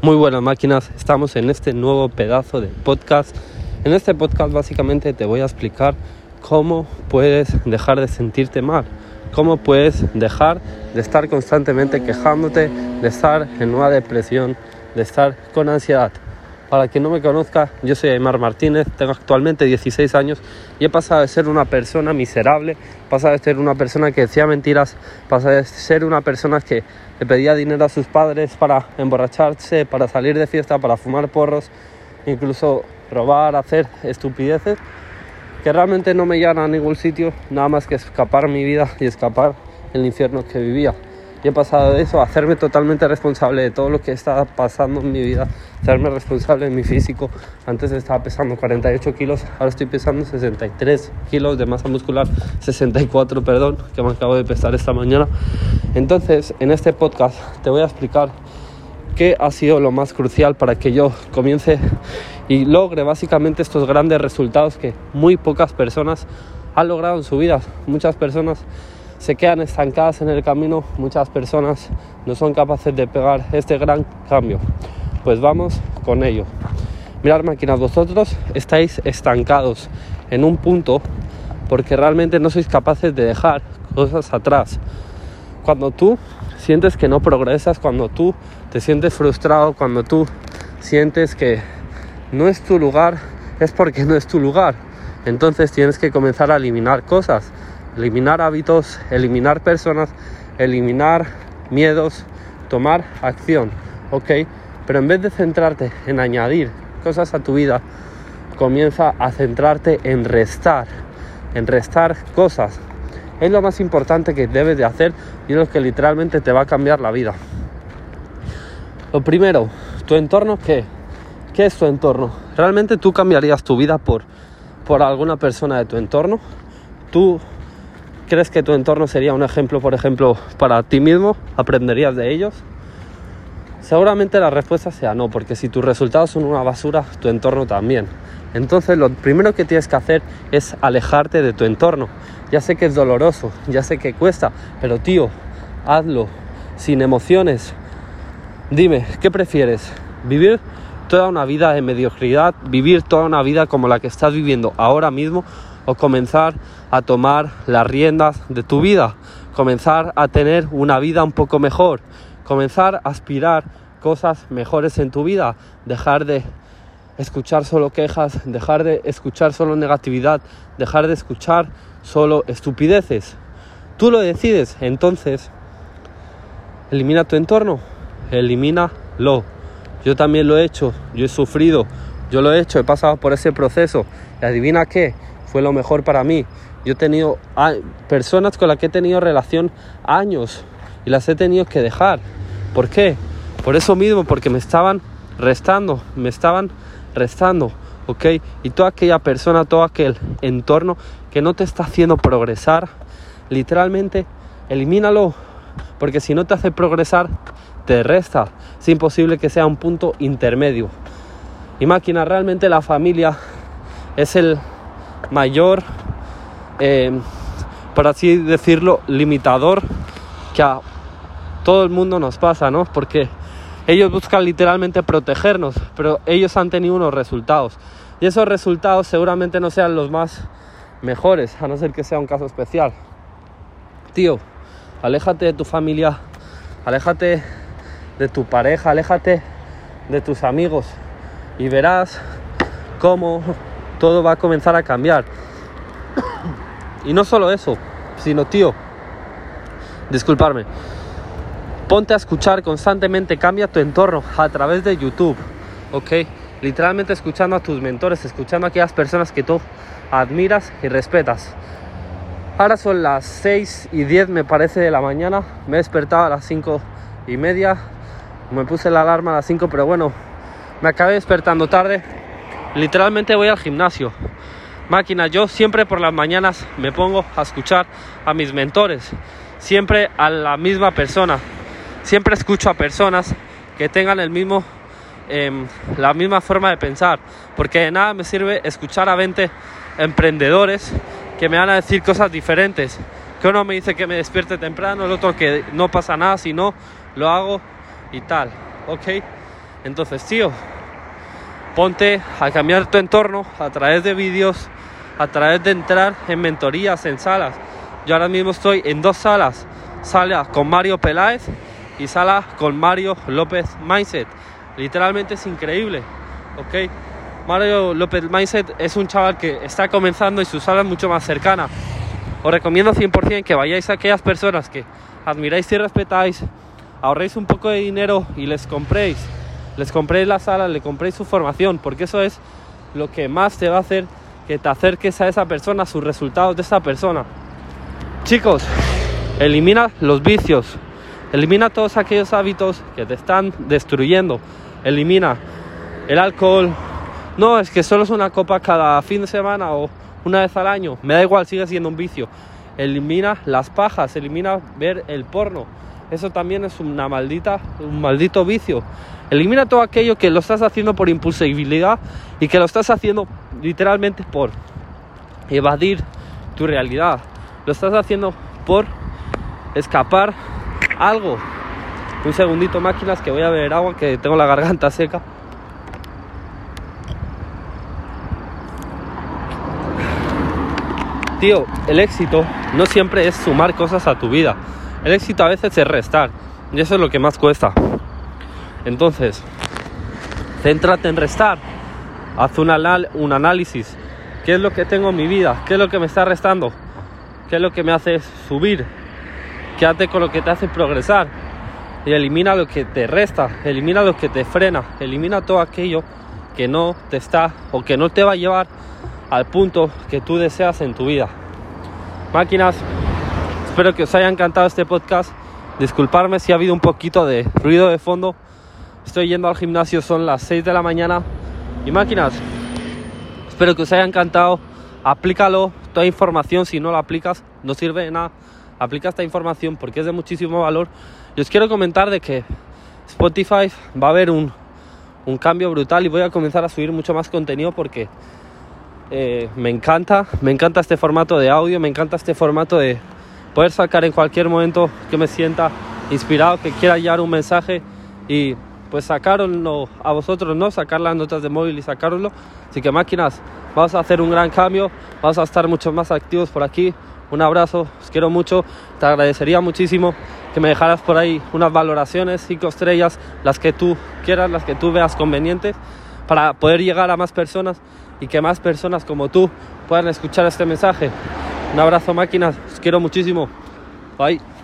Muy buenas máquinas, estamos en este nuevo pedazo de podcast. En este podcast básicamente te voy a explicar cómo puedes dejar de sentirte mal, cómo puedes dejar de estar constantemente quejándote, de estar en una depresión, de estar con ansiedad. Para quien no me conozca, yo soy Aymar Martínez, tengo actualmente 16 años y he pasado de ser una persona miserable, he pasado de ser una persona que decía mentiras, he pasado de ser una persona que le pedía dinero a sus padres para emborracharse, para salir de fiesta, para fumar porros, incluso robar, hacer estupideces que realmente no me llevan a ningún sitio, nada más que escapar mi vida y escapar el infierno que vivía. Y he pasado de eso a hacerme totalmente responsable de todo lo que estaba pasando en mi vida, hacerme responsable de mi físico. Antes estaba pesando 48 kilos, ahora estoy pesando 63 kilos de masa muscular, 64, que me acabo de pesar esta mañana. Entonces, en este podcast te voy a explicar qué ha sido lo más crucial para que yo comience y logre básicamente estos grandes resultados que muy pocas personas han logrado en su vida. Muchas personas se quedan estancadas en el camino, muchas personas no son capaces de pegar este gran cambio. Pues vamos con ello. Mirad máquinas, vosotros estáis estancados en un punto porque realmente no sois capaces de dejar cosas atrás. Cuando tú sientes que no progresas, cuando tú te sientes frustrado, cuando tú sientes que no es tu lugar, es porque no es tu lugar. Entonces tienes que comenzar a eliminar cosas, eliminar hábitos, eliminar personas, eliminar miedos, tomar acción, ¿ok? Pero en vez de centrarte en añadir cosas a tu vida, comienza a centrarte en restar cosas. Es lo más importante que debes de hacer y es lo que literalmente te va a cambiar la vida. Lo primero, ¿tu entorno qué? ¿Qué es tu entorno? ¿Realmente tú cambiarías tu vida por alguna persona de tu entorno? ¿Tú crees que tu entorno sería un ejemplo, por ejemplo, para ti mismo? ¿Aprenderías de ellos? Seguramente la respuesta sea no, porque si tus resultados son una basura, tu entorno también. Entonces lo primero que tienes que hacer es alejarte de tu entorno. Ya sé que es doloroso, ya sé que cuesta, pero tío, hazlo sin emociones. Dime, ¿qué prefieres? ¿Vivir toda una vida de mediocridad? ¿Vivir toda una vida como la que estás viviendo ahora mismo? ¿O comenzar a tomar las riendas de tu vida? Comenzar a tener una vida un poco mejor. Comenzar a aspirar cosas mejores en tu vida. Dejar de escuchar solo quejas, dejar de escuchar solo negatividad, dejar de escuchar solo estupideces. Tú lo decides, entonces elimina tu entorno, elimínalo. Yo también lo he hecho, yo he sufrido, yo lo he hecho, he pasado por ese proceso. Y adivina qué, fue lo mejor para mí. Yo he tenido personas con las que he tenido relación años y las he tenido que dejar. ¿Por qué? Por eso mismo, porque me estaban restando, ¿ok? Y toda aquella persona, todo aquel entorno que no te está haciendo progresar, literalmente elimínalo, porque si no te hace progresar, te resta. Es imposible que sea un punto intermedio. Y máquina, realmente la familia es el mayor, por así decirlo, limitador que a todo el mundo nos pasa, ¿no? Porque ellos buscan literalmente protegernos, pero ellos han tenido unos resultados y esos resultados seguramente no sean los más mejores, a no ser que sea un caso especial. Tío, aléjate de tu familia, aléjate de tu pareja, aléjate de tus amigos y verás cómo todo va a comenzar a cambiar. Y no solo eso, sino, tío, disculparme, ponte a escuchar constantemente, cambia tu entorno a través de YouTube, ¿ok? Literalmente escuchando a tus mentores, escuchando a aquellas personas que tú admiras y respetas. Ahora son las 6:10, me parece, de la mañana. Me he despertado a las 5:30. Me puse la alarma a las 5, pero bueno, me acabé despertando tarde. Literalmente voy al gimnasio. Máquina, yo siempre por las mañanas me pongo a escuchar a mis mentores. Siempre a la misma persona. Siempre escucho a personas que tengan la misma forma de pensar, porque de nada me sirve escuchar a 20 emprendedores que me van a decir cosas diferentes. Que uno me dice que me despierte temprano, el otro que no pasa nada si no lo hago y tal, ¿ok? Entonces, tío, ponte a cambiar tu entorno a través de vídeos, a través de entrar en mentorías, en salas. Yo ahora mismo estoy en 2 salas, sala con Mario Peláez y sala con Mario López Mindset. Literalmente es increíble, ¿ok? Mario López Mindset es un chaval que está comenzando y su sala es mucho más cercana. Os recomiendo 100% que vayáis a aquellas personas que admiráis y respetáis, ahorréis un poco de dinero y les compréis la sala, le compréis su formación, porque eso es lo que más te va a hacer que te acerques a esa persona, a sus resultados de esa persona. Chicos, elimina los vicios, elimina todos aquellos hábitos que te están destruyendo, elimina el alcohol. No, es que solo es una copa cada fin de semana o una vez al año, me da igual, sigue siendo un vicio. Elimina las pajas, elimina ver el porno, eso también es un maldito vicio. Elimina todo aquello que lo estás haciendo por impulsividad y que lo estás haciendo literalmente por evadir tu realidad. Lo estás haciendo por escapar algo. Un segundito, máquinas, que voy a beber agua, que tengo la garganta seca. Tío, el éxito no siempre es sumar cosas a tu vida. El éxito a veces es restar, y eso es lo que más cuesta. Entonces, céntrate en restar. Haz un análisis. ¿Qué es lo que tengo en mi vida? ¿Qué es lo que me está restando? ¿Qué es lo que me hace subir? Quédate con lo que te hace progresar. Y elimina lo que te resta. Elimina lo que te frena. Elimina todo aquello que no te está o que no te va a llevar al punto que tú deseas en tu vida. Máquinas, espero que os haya encantado este podcast. Disculparme si ha habido un poquito de ruido de fondo. Estoy yendo al gimnasio, son las 6 de la mañana. Y máquinas, espero que os haya encantado. Aplícalo, toda información, si no la aplicas, no sirve de nada. Aplica esta información porque es de muchísimo valor. Y os quiero comentar de que Spotify va a haber un cambio brutal y voy a comenzar a subir mucho más contenido porque me encanta este formato de audio, me encanta este formato de poder sacar en cualquier momento que me sienta inspirado, que quiera llevar un mensaje y pues sacaroslo a vosotros, ¿no? Sacar las notas de móvil y sacároslo. Así que máquinas, vamos a hacer un gran cambio, vamos a estar mucho más activos por aquí. Un abrazo, os quiero mucho, te agradecería muchísimo que me dejaras por ahí unas valoraciones, 5 estrellas, las que tú quieras, las que tú veas convenientes, para poder llegar a más personas y que más personas como tú puedan escuchar este mensaje. Un abrazo, máquinas, os quiero muchísimo, bye.